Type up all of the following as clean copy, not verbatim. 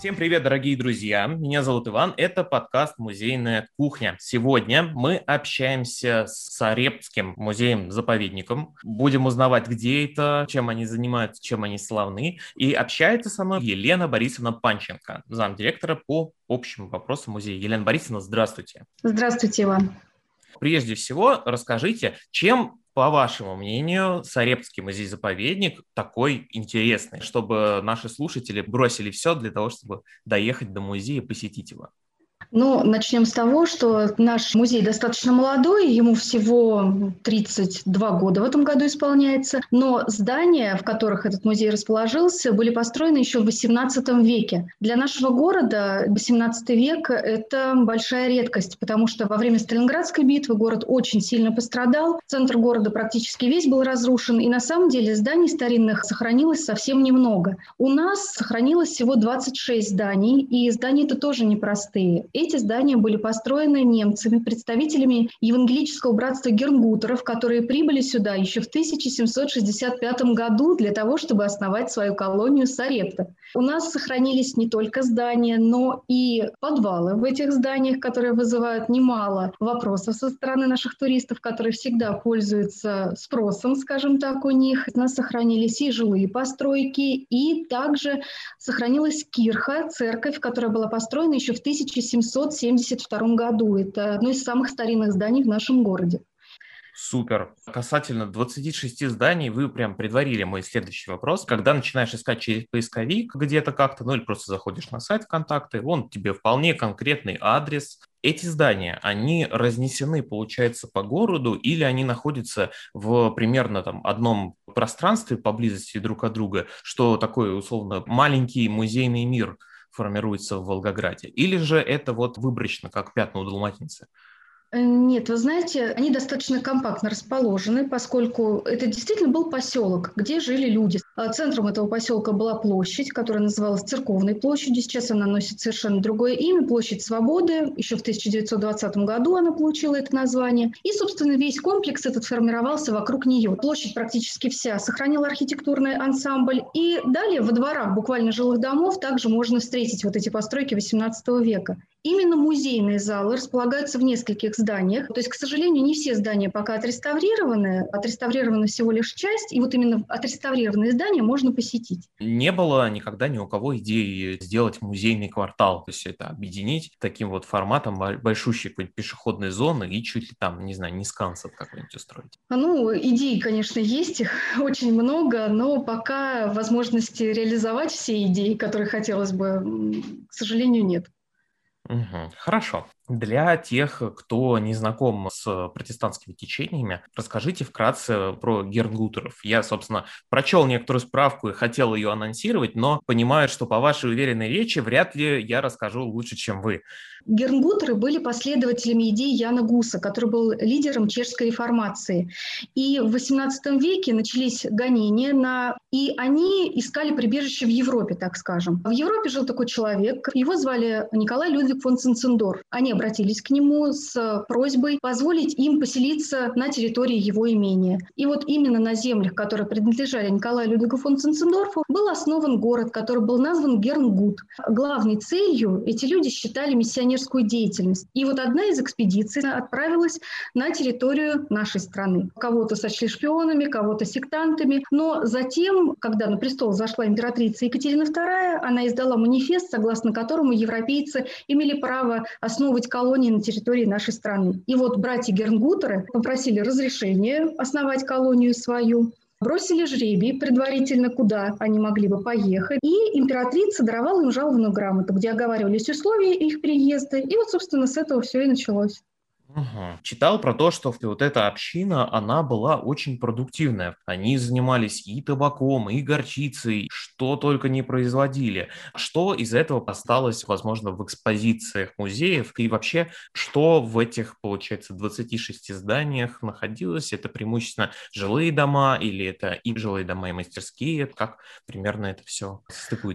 Всем привет, дорогие друзья! Меня зовут Иван, это подкаст «Музейная кухня». Сегодня мы общаемся с Сарептским музеем-заповедником. Будем узнавать, где это, чем они занимаются, чем они славны. И общается со мной Елена Борисовна Панченко, замдиректора по общим вопросам музея. Елена Борисовна, здравствуйте. Здравствуйте, Иван. Прежде всего, расскажите, чем, по вашему мнению, Сарептский музей-заповедник такой интересный, чтобы наши слушатели бросили все для того, чтобы доехать до музея и посетить его? Ну, начнем с того, что наш музей достаточно молодой, ему всего 32 года в этом году исполняется, но здания, в которых этот музей расположился, были построены еще в XVIII веке. Для нашего города XVIII век – это большая редкость, потому что во время Сталинградской битвы город очень сильно пострадал, центр города практически весь был разрушен, и на самом деле зданий старинных сохранилось совсем немного. У нас сохранилось всего 26 зданий, и здания-то тоже непростые. Эти здания были построены немцами, представителями евангелического братства Гернгутеров, которые прибыли сюда еще в 1765 году для того, чтобы основать свою колонию Сарепта. У нас сохранились не только здания, но и подвалы в этих зданиях, которые вызывают немало вопросов со стороны наших туристов, которые всегда пользуются спросом, скажем так, у них. У нас сохранились и жилые постройки, и также сохранилась кирха, церковь, которая была построена еще в 1772 году. Это одно из самых старинных зданий в нашем городе. Супер. Касательно 26 зданий, вы прям предварили мой следующий вопрос. Когда начинаешь искать через поисковик где-то как-то, ну или просто заходишь на сайт ВКонтакте, вон тебе вполне конкретный адрес. Эти здания, они разнесены, получается, по городу, или они находятся в примерно там одном пространстве поблизости друг от друга, что такой, условно, маленький музейный мир формируется в Волгограде? Или же это вот выборочно, как пятна у далматинца? Нет, вы знаете, они достаточно компактно расположены, поскольку это действительно был поселок, где жили люди. Центром этого поселка была площадь, которая называлась Церковной площадью. Сейчас она носит совершенно другое имя, Площадь Свободы. Еще в 1920 году она получила это название. И, собственно, весь комплекс этот формировался вокруг нее. Площадь практически вся сохранила архитектурный ансамбль. И далее во дворах буквально жилых домов также можно встретить вот эти постройки XVIII века. Именно музейные залы располагаются в нескольких зданиях. То есть, к сожалению, не все здания пока отреставрирована всего лишь часть, и вот именно отреставрированные здания можно посетить. Не было никогда ни у кого идеи сделать музейный квартал, то есть это объединить таким вот форматом большущей какой-нибудь пешеходной зоны и чуть ли там, не знаю, не Нискансен какой-нибудь устроить. Ну, идей, конечно, есть, их очень много, но пока возможности реализовать все идеи, которые хотелось бы, к сожалению, нет. Мгм. Хорошо. Для тех, кто не знаком с протестантскими течениями, расскажите вкратце про Гернгутеров. Я, собственно, прочел некоторую справку и хотел ее анонсировать, но понимаю, что по вашей уверенной речи вряд ли я расскажу лучше, чем вы. Гернгутеры были последователями идей Яна Гуса, который был лидером чешской реформации. И в XVIII веке начались гонения и они искали прибежище в Европе, так скажем. В Европе жил такой человек, его звали Николай Людвиг фон Цинцендорф. Они обратились к нему с просьбой позволить им поселиться на территории его имения. И вот именно на землях, которые принадлежали Николаю Людвигу фон Цинцендорфу, был основан город, который был назван Гернгут. Главной целью эти люди считали миссионерскую деятельность. И вот одна из экспедиций отправилась на территорию нашей страны. Кого-то сочли шпионами, кого-то сектантами. Но затем, когда на престол зашла императрица Екатерина II, она издала манифест, согласно которому европейцы имели право основывать колонии на территории нашей страны. И вот братья Гернгутеры попросили разрешения основать колонию свою, бросили жребий предварительно, куда они могли бы поехать. И императрица даровала им жалованную грамоту, где оговаривались условия их переезда. И вот, собственно, с этого все и началось. Мгм. Читал про то, что вот эта община, она была очень продуктивная. Они занимались и табаком, и горчицей, что только не производили. Что из этого осталось, возможно, в экспозициях музеев? И вообще, что в этих, получается, 26 зданиях находилось? Это преимущественно жилые дома или это и жилые дома, и мастерские? Как примерно это все стыкуется?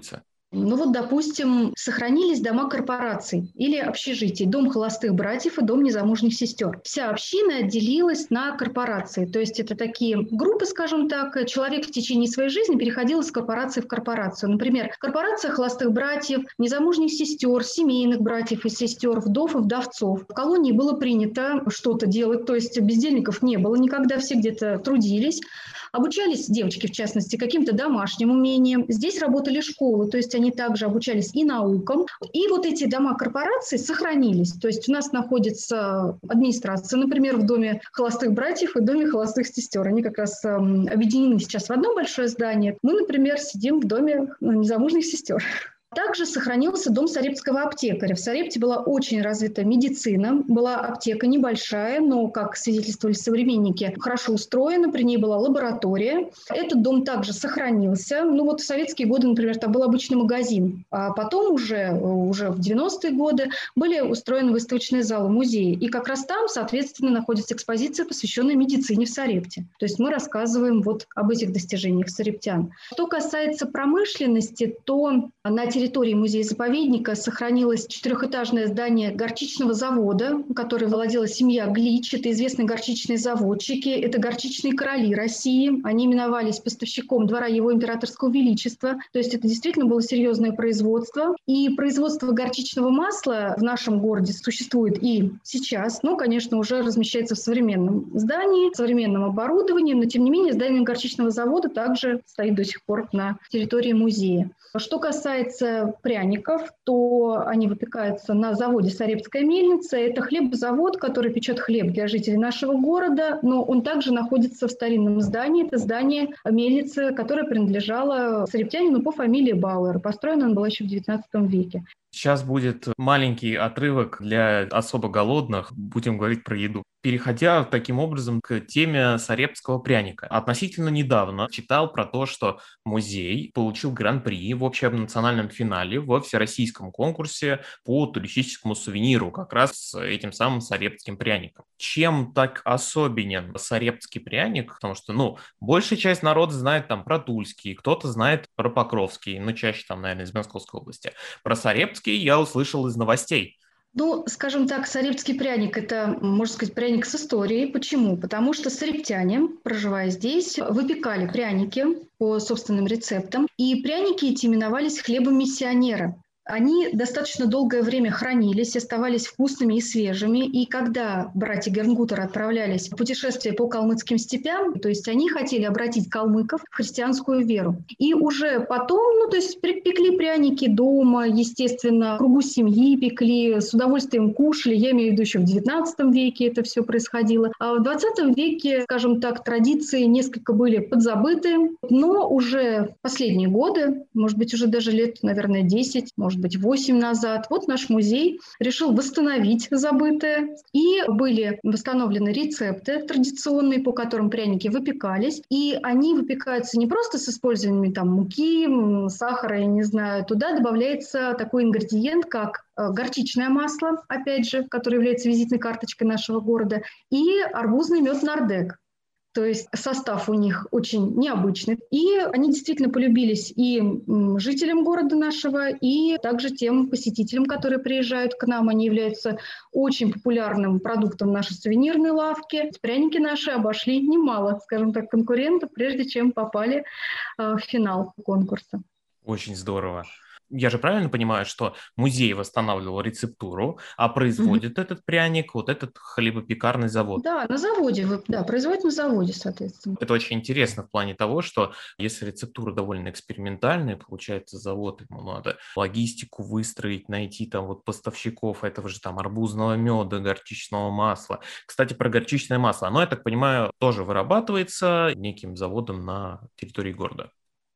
Ну вот, допустим, сохранились дома корпораций или общежитий, дом холостых братьев и дом незамужних сестер. Вся община делилась на корпорации, то есть это такие группы, скажем так, человек в течение своей жизни переходил из корпорации в корпорацию. Например, корпорация холостых братьев, незамужних сестер, семейных братьев и сестер, вдов и вдовцов. В колонии было принято что-то делать, то есть бездельников не было никогда, все где-то трудились. Обучались девочки, в частности, каким-то домашним умениям. Здесь работали школы, то есть они также обучались и наукам. И вот эти дома корпораций сохранились. То есть у нас находится администрация, например, в доме холостых братьев и доме холостых сестер. Они как раз объединены сейчас в одно большое здание. Мы, например, сидим в доме незамужних сестер. Также сохранился дом сарептского аптекаря. В Сарепте была очень развита медицина, была аптека небольшая, но, как свидетельствовали современники, хорошо устроена, при ней была лаборатория. Этот дом также сохранился. Ну вот в советские годы, например, там был обычный магазин, а потом уже в 90-е годы были устроены выставочные залы, музеи. И как раз там, соответственно, находится экспозиция, посвященная медицине в Сарепте. То есть мы рассказываем вот об этих достижениях сарептян. Что касается промышленности, то на территории музея-заповедника сохранилось четырехэтажное здание горчичного завода, которым владела семья Глич. Это известные горчичные заводчики, это горчичные короли России. Они именовались поставщиком двора его императорского величества. То есть это действительно было серьезное производство. И производство горчичного масла в нашем городе существует и сейчас, но, конечно, уже размещается в современном здании, современном оборудовании, но, тем не менее, здание горчичного завода также стоит до сих пор на территории музея. Что касается пряников, то они выпекаются на заводе «Сарептская мельница». Это хлебозавод, который печет хлеб для жителей нашего города, но он также находится в старинном здании. Это здание мельницы, которое принадлежало сарептянину по фамилии Бауэр. Построено он был еще в XIX веке. Сейчас будет маленький отрывок для особо голодных. Будем говорить про еду. Переходя таким образом к теме сарептского пряника. Относительно недавно читал про то, что музей получил гран-при в общенациональном финале во всероссийском конкурсе по туристическому сувениру, как раз с этим самым сарептским пряником. Чем так особенен сарептский пряник? Потому что, большая часть народа знает там про Тульский, кто-то знает про Покровский, чаще там, наверное, из Московской области. Про сарептский я услышал из новостей. Скажем так, сарептский пряник – это, можно сказать, пряник с историей. Почему? Потому что сарептяне, проживая здесь, выпекали пряники по собственным рецептам. И пряники эти именовались хлебом миссионера. Они достаточно долгое время хранились, оставались вкусными и свежими. И когда братья Гернгутеры отправлялись в путешествие по калмыцким степям, то есть они хотели обратить калмыков в христианскую веру. И уже потом, пекли пряники дома, естественно, в кругу семьи пекли, с удовольствием кушали. Я имею в виду, еще в XIX веке это все происходило. А в XX веке, скажем так, традиции несколько были подзабыты, но уже последние годы, может быть, уже даже лет, наверное, 10, может быть, 8 назад, вот наш музей решил восстановить забытое. И были восстановлены рецепты традиционные, по которым пряники выпекались. И они выпекаются не просто с использованием муки, сахара, я не знаю. Туда добавляется такой ингредиент, как горчичное масло, опять же, которое является визитной карточкой нашего города, и арбузный мед «Нардек». То есть состав у них очень необычный. И они действительно полюбились и жителям города нашего, и также тем посетителям, которые приезжают к нам. Они являются очень популярным продуктом в нашей сувенирной лавке. Пряники наши обошли немало, скажем так, конкурентов, прежде чем попали в финал конкурса. Очень здорово. Я же правильно понимаю, что музей восстанавливал рецептуру, а производит этот пряник вот этот хлебопекарный завод? Да, на заводе, производит на заводе, соответственно. Это очень интересно в плане того, что если рецептура довольно экспериментальная, получается, завод, ему надо логистику выстроить, найти там вот поставщиков этого же там арбузного меда, горчичного масла. Кстати, про горчичное масло, оно, я так понимаю, тоже вырабатывается неким заводом на территории города.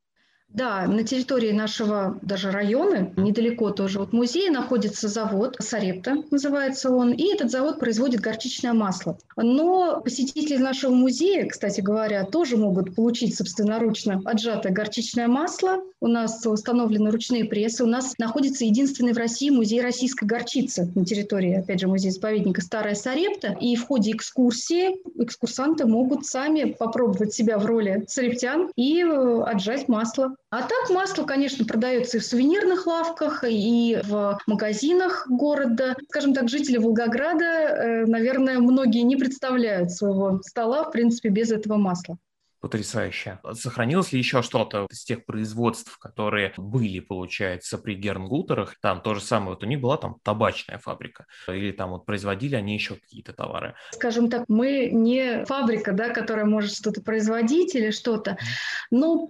Да, на территории нашего даже района, недалеко тоже от музея, находится завод «Сарепта», называется он, и этот завод производит горчичное масло. Но посетители нашего музея, кстати говоря, тоже могут получить собственноручно отжатое горчичное масло. У нас установлены ручные прессы, у нас находится единственный в России музей российской горчицы на территории, опять же, музея-заповедника «Старая Сарепта». И в ходе экскурсии экскурсанты могут сами попробовать себя в роли сарептян и отжать масло А так масло, конечно, продается и в сувенирных лавках, и в магазинах города. Скажем так, жители Волгограда, наверное, многие не представляют своего стола, в принципе, без этого масла. Потрясающе. Сохранилось ли еще что-то из тех производств, которые были, получается, при Гернгутерах? Там то же самое, вот у них была там табачная фабрика, или там вот производили они еще какие-то товары? Скажем так, мы не фабрика, да, которая может что-то производить или что-то, но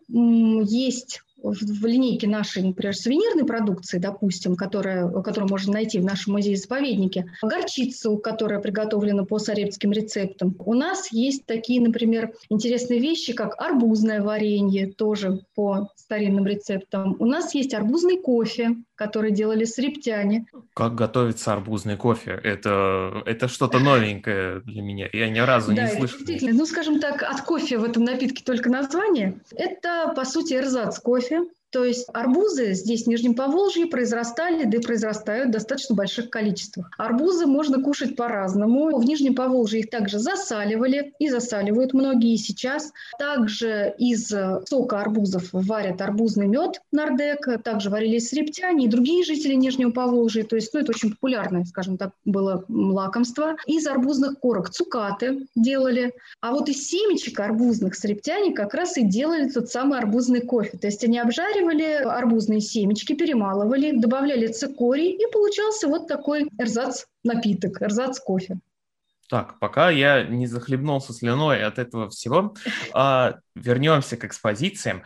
есть в линейке нашей, например, сувенирной продукции, допустим, которую можно найти в нашем музее-заповеднике, горчицу, которая приготовлена по сарепским рецептам. У нас есть такие, например, интересные вещи, как арбузное варенье, тоже по старинным рецептам. У нас есть арбузный кофе, который делали сарептяне. Как готовится арбузный кофе? Это что-то новенькое для меня. Я ни разу не Да, это слышал. действительно, ну, скажем так, от кофе в этом напитке только название. Это, по сути, эрзац кофе. То есть арбузы здесь, в Нижнем Поволжье, произрастали, да и произрастают в достаточно больших количествах. Арбузы можно кушать по-разному. В Нижнем Поволжье их также засаливали и засаливают многие сейчас. Также из сока арбузов варят арбузный мед нардек, также варили срептяне и другие жители Нижнего Поволжья. То есть, это очень популярное, скажем так, было лакомство. Из арбузных корок цукаты делали. А вот из семечек арбузных срептяне как раз и делали тот самый арбузный кофе. То есть они обжаривали арбузные семечки, перемалывали, добавляли цикорий, и получался вот такой эрзац-напиток, эрзац-кофе. Так, пока я не захлебнулся слюной от этого всего, вернемся к экспозициям.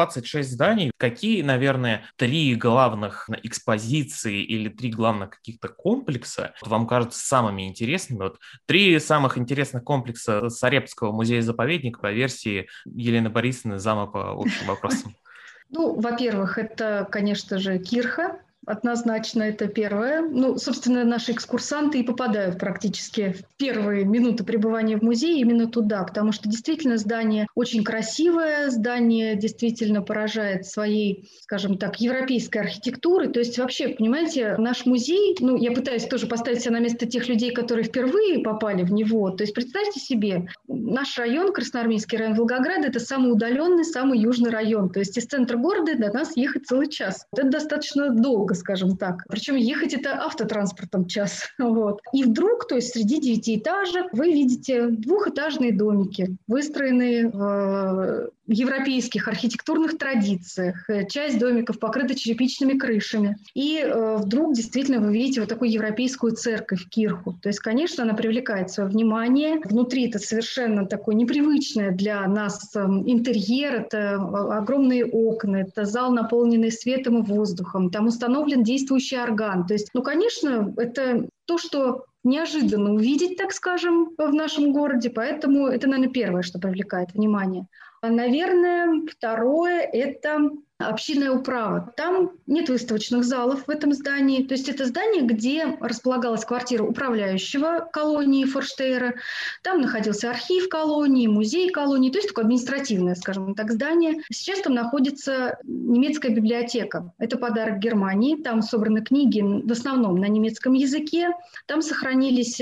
26 зданий. Какие, наверное, 3 главных экспозиции или 3 главных каких-то комплекса вам кажутся самыми интересными? Вот 3 самых интересных комплекса Сарепского музея-заповедника по версии Елены Борисовны, зама по общим вопросам. Ну, во-первых, это, конечно же, кирха. Однозначно, это первое. Ну, собственно, наши экскурсанты и попадают практически в первые минуты пребывания в музее именно туда, потому что действительно здание очень красивое, здание действительно поражает своей, скажем так, европейской архитектурой. То есть вообще, понимаете, наш музей, я пытаюсь тоже поставить себя на место тех людей, которые впервые попали в него. То есть представьте себе, наш район, Красноармейский район Волгограда, это самый удаленный, самый южный район. То есть из центра города до нас ехать целый час. Это достаточно долго, скажем так. Причем ехать это автотранспортом час. Вот. И вдруг, то есть среди 9-этажек, вы видите двухэтажные домики, выстроенные в европейских архитектурных традициях. Часть домиков покрыта черепичными крышами. И вдруг действительно вы видите вот такую европейскую церковь, кирху. То есть, конечно, она привлекает свое внимание. Внутри это совершенно такое непривычное для нас интерьер. Это огромные окна, это зал, наполненный светом и воздухом. Там установлен действующий орган. То есть, конечно, это то, что неожиданно увидеть, так скажем, в нашем городе. Поэтому это, наверное, первое, что привлекает внимание. Наверное, второе – это общинная управа. Там нет выставочных залов в этом здании. То есть это здание, где располагалась квартира управляющего колонии Форштейра. Там находился архив колонии, музей колонии. То есть такое административное, скажем так, здание. Сейчас там находится немецкая библиотека. Это подарок Германии. Там собраны книги в основном на немецком языке. Там сохранились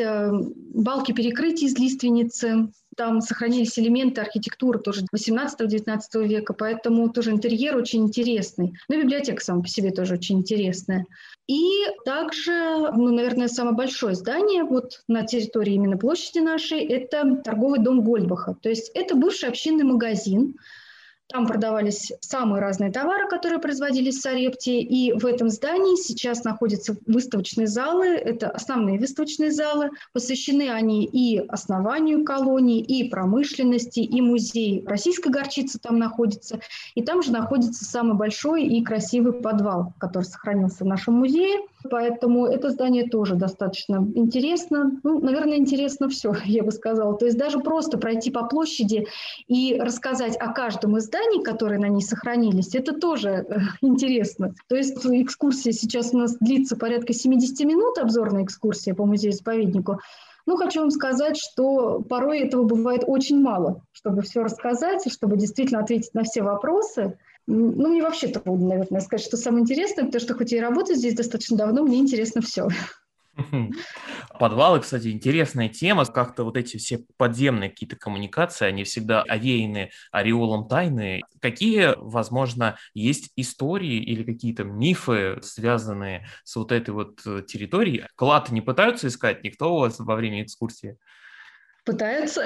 балки перекрытий из лиственницы. Там сохранились элементы архитектуры тоже 18-19 века, поэтому тоже интерьер очень интересный. Ну и библиотека сама по себе тоже очень интересная. И также, наверное, самое большое здание вот на территории именно площади нашей – это торговый дом Гольбаха. То есть это бывший общинный магазин. Там продавались самые разные товары, которые производились в Сарепте. И в этом здании сейчас находятся выставочные залы. Это основные выставочные залы. Посвящены они и основанию колонии, и промышленности, и музей российской горчицы там находится. И там же находится самый большой и красивый подвал, который сохранился в нашем музее. Поэтому это здание тоже достаточно интересно. Наверное, интересно все, я бы сказала. То есть даже просто пройти по площади и рассказать о каждом из зданий, которые на ней сохранились, это тоже интересно. То есть экскурсия сейчас у нас длится порядка 70 минут, обзорная экскурсия по музею-заповеднику. Хочу вам сказать, что порой этого бывает очень мало, чтобы все рассказать и чтобы действительно ответить на все вопросы. Мне вообще трудно, наверное, сказать, что самое интересное, потому что хоть я и работаю здесь достаточно давно, мне интересно все. Подвалы, кстати, интересная тема. Как-то вот эти все подземные какие-то коммуникации, они всегда овеяны ореолом тайны. Какие, возможно, есть истории или какие-то мифы, связанные с вот этой вот территорией? Клад не пытаются искать никто у вас во время экскурсии? Пытаются.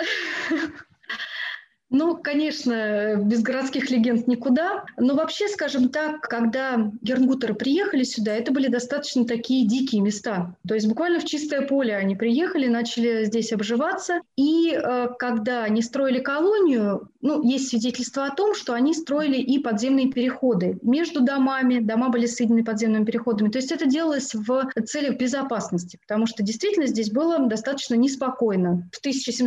Ну, конечно, без городских легенд никуда. Но вообще, скажем так, когда гернгутеры приехали сюда, это были достаточно такие дикие места. То есть буквально в чистое поле они приехали, начали здесь обживаться. И когда они строили колонию, ну, есть свидетельства о том, что они строили и подземные переходы между домами. Дома были соединены подземными переходами. То есть это делалось в целях безопасности, потому что действительно здесь было достаточно неспокойно. В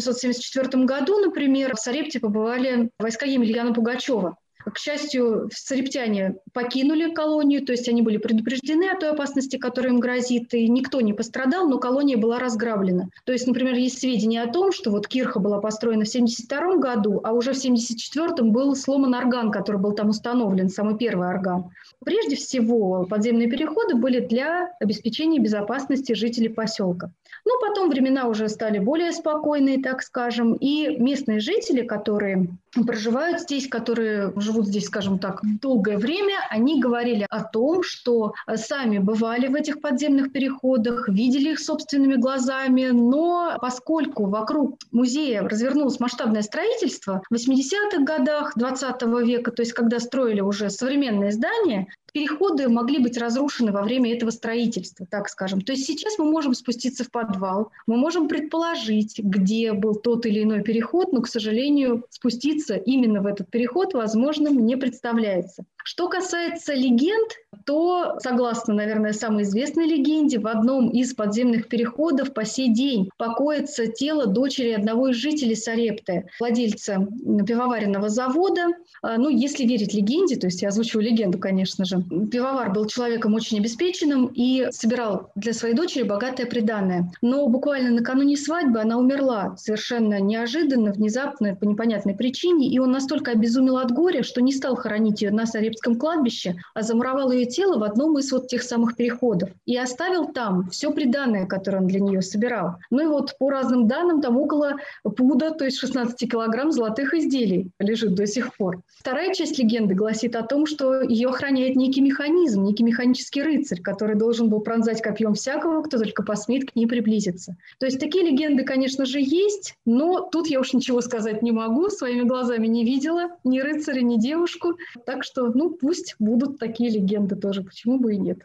1774 году, например, в Сарепте побывали войска Емельяна Пугачева. К счастью, сарептяне покинули колонию, то есть они были предупреждены о той опасности, которая им грозит, и никто не пострадал, но колония была разграблена. То есть, например, есть сведения о том, что вот кирха была построена в 1972 году, а уже в 1974 был сломан орган, который был там установлен, самый первый орган. Прежде всего, подземные переходы были для обеспечения безопасности жителей поселка. Но потом времена уже стали более спокойные, так скажем, и местные жители, которые проживают здесь, которые живут здесь, скажем так, долгое время, они говорили о том, что сами бывали в этих подземных переходах, видели их собственными глазами, но поскольку вокруг музея развернулось масштабное строительство в 80-х годах 20 века, то есть когда строили уже современные здания, переходы могли быть разрушены во время этого строительства, так скажем. То есть сейчас мы можем спуститься в подвал, мы можем предположить, где был тот или иной переход, но, к сожалению, спуститься именно в этот переход возможным не представляется. Что касается легенд, то, согласно, наверное, самой известной легенде, в одном из подземных переходов по сей день покоится тело дочери одного из жителей Сарепты, владельца пивоваренного завода. Ну, если верить легенде, то есть я озвучиваю легенду, конечно же, пивовар был человеком очень обеспеченным и собирал для своей дочери богатое приданое. Но буквально накануне свадьбы она умерла совершенно неожиданно, внезапно, по непонятной причине, и он настолько обезумел от горя, что не стал хоронить ее на Сарепском кладбище, а замуровал ее тело в одном из вот тех самых переходов и оставил там все приданое, которое он для нее собирал. Ну и вот по разным данным там около пуда, то есть 16 килограмм золотых изделий лежит до сих пор. Вторая часть легенды гласит о том, что ее охраняет некий механизм, некий механический рыцарь, который должен был пронзать копьем всякого, кто только посмеет к ней приблизиться. То есть такие легенды, конечно же, есть, но тут я уж ничего сказать не могу, своими глазами не видела ни рыцаря, ни девушку. Так что, ну, пусть будут такие легенды тоже, почему бы и нет.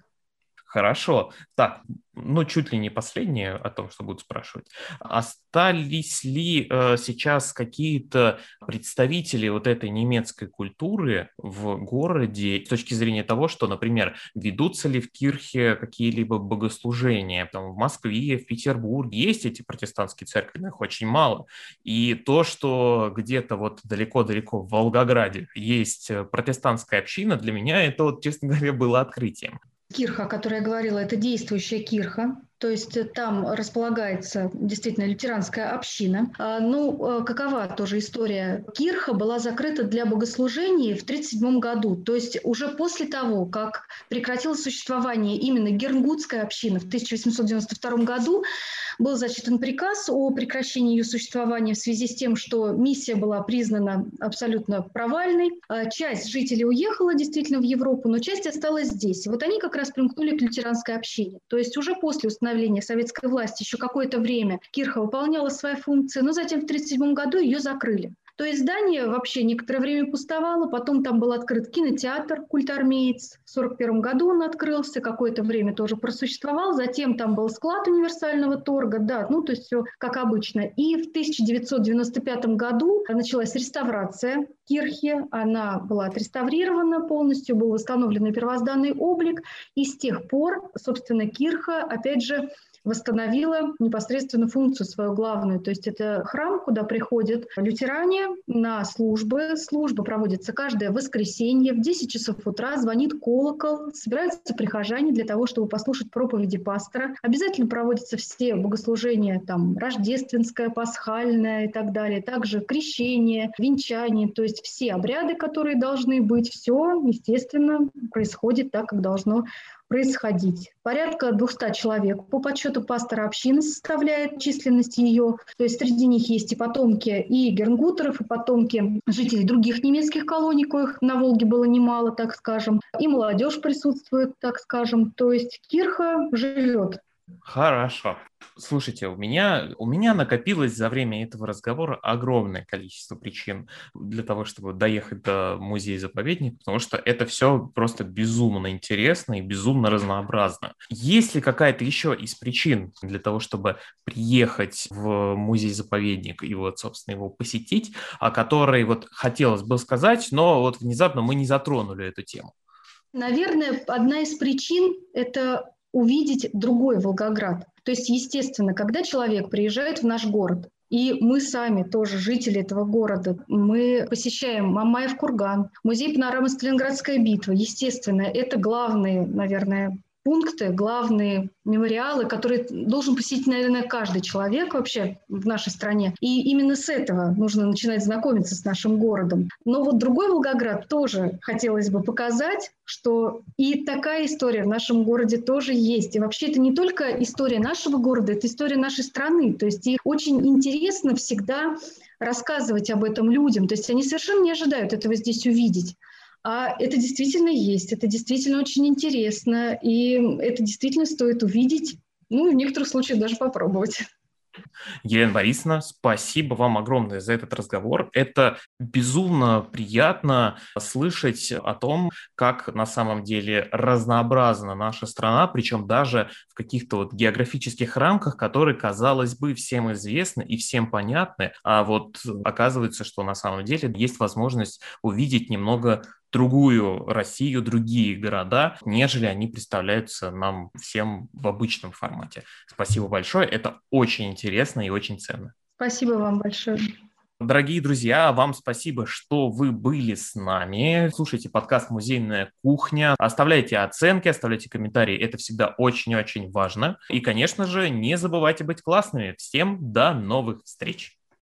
Хорошо. Так, ну, чуть ли не последнее о том, что буду спрашивать. Остались ли сейчас какие-то представители вот этой немецкой культуры в городе с точки зрения того, что, например, ведутся ли в Кирхе какие-либо богослужения? Там в Москве, в Петербурге есть эти протестантские церкви, но их очень мало. И то, что где-то вот далеко-далеко в Волгограде есть протестантская община, для меня это, вот, честно говоря, было открытием. Кирха, о которой я говорила, это действующая кирха, то есть там располагается действительно лютеранская община. Ну, какова тоже история? Кирха была закрыта для богослужений в 1937 году, то есть уже после того, как прекратилось существование именно Гернгутской общины в 1892 году, был зачитан приказ о прекращении ее существования в связи с тем, что миссия была признана абсолютно провальной. Часть жителей уехала действительно в Европу, но часть осталась здесь. И вот они как раз примкнули к лютеранской общине. То есть уже после установления советской власти еще какое-то время кирха выполняла свои функции, но затем в 1937 году ее закрыли. То есть здание вообще некоторое время пустовало, потом там был открыт кинотеатр «Культармеец». В 1941 году он открылся, какое-то время тоже просуществовал, затем там был склад универсального торга, да, ну то есть все как обычно. И в 1995 году началась реставрация кирхи, она была отреставрирована полностью, был восстановлен и первозданный облик, и с тех пор, собственно, кирха, опять же, восстановила непосредственно функцию свою главную. То есть это храм, куда приходят лютеране на службы. Служба проводится каждое воскресенье. В 10 часов утра звонит колокол. Собираются прихожане для того, чтобы послушать проповеди пастора. Обязательно проводятся все богослужения, там, рождественское, пасхальное и так далее. Также крещение, венчание. То есть все обряды, которые должны быть, все, естественно, происходит так, как должно происходить. Порядка 200 человек. По подсчету пастора общины составляет численность ее. То есть среди них есть и потомки и гернгутеров, и потомки жителей других немецких колоний, коих на Волге было немало, так скажем. И молодежь присутствует, так скажем. То есть кирха живет. Хорошо. Слушайте, у меня накопилось за время этого разговора огромное количество причин для того, чтобы доехать до музея-заповедника, потому что это все просто безумно интересно и безумно разнообразно. Есть ли какая-то еще из причин для того, чтобы приехать в музей-заповедник и вот, собственно, его посетить, о которой вот хотелось бы сказать, но вот внезапно мы не затронули эту тему? Наверное, одна из причин – это увидеть другой Волгоград. То есть, естественно, когда человек приезжает в наш город, и мы сами тоже жители этого города, мы посещаем Мамаев курган, музей панорамы «Сталинградская битва». Естественно, это главные, наверное, пункты, главные мемориалы, которые должен посетить, наверное, каждый человек вообще в нашей стране. И именно с этого нужно начинать знакомиться с нашим городом. Но вот другой Волгоград тоже хотелось бы показать, что и такая история в нашем городе тоже есть. И вообще это не только история нашего города, это история нашей страны. То есть и очень интересно всегда рассказывать об этом людям. То есть они совершенно не ожидают этого здесь увидеть. А это действительно есть, это действительно очень интересно, и это действительно стоит увидеть, ну, в некоторых случаях даже попробовать. Елена Борисовна, спасибо вам огромное за этот разговор. Это безумно приятно слышать о том, как на самом деле разнообразна наша страна, причем даже в каких-то вот географических рамках, которые, казалось бы, всем известны и всем понятны, а вот оказывается, что на самом деле есть возможность увидеть немного другую Россию, другие города, нежели они представляются нам всем в обычном формате. Спасибо большое, это очень интересно и очень ценно. Спасибо вам большое. Дорогие друзья, вам спасибо, что вы были с нами. Слушайте подкаст «Музейная кухня». Оставляйте оценки, оставляйте комментарии. Это всегда очень-очень важно. И, конечно же, не забывайте быть классными. Всем до новых встреч!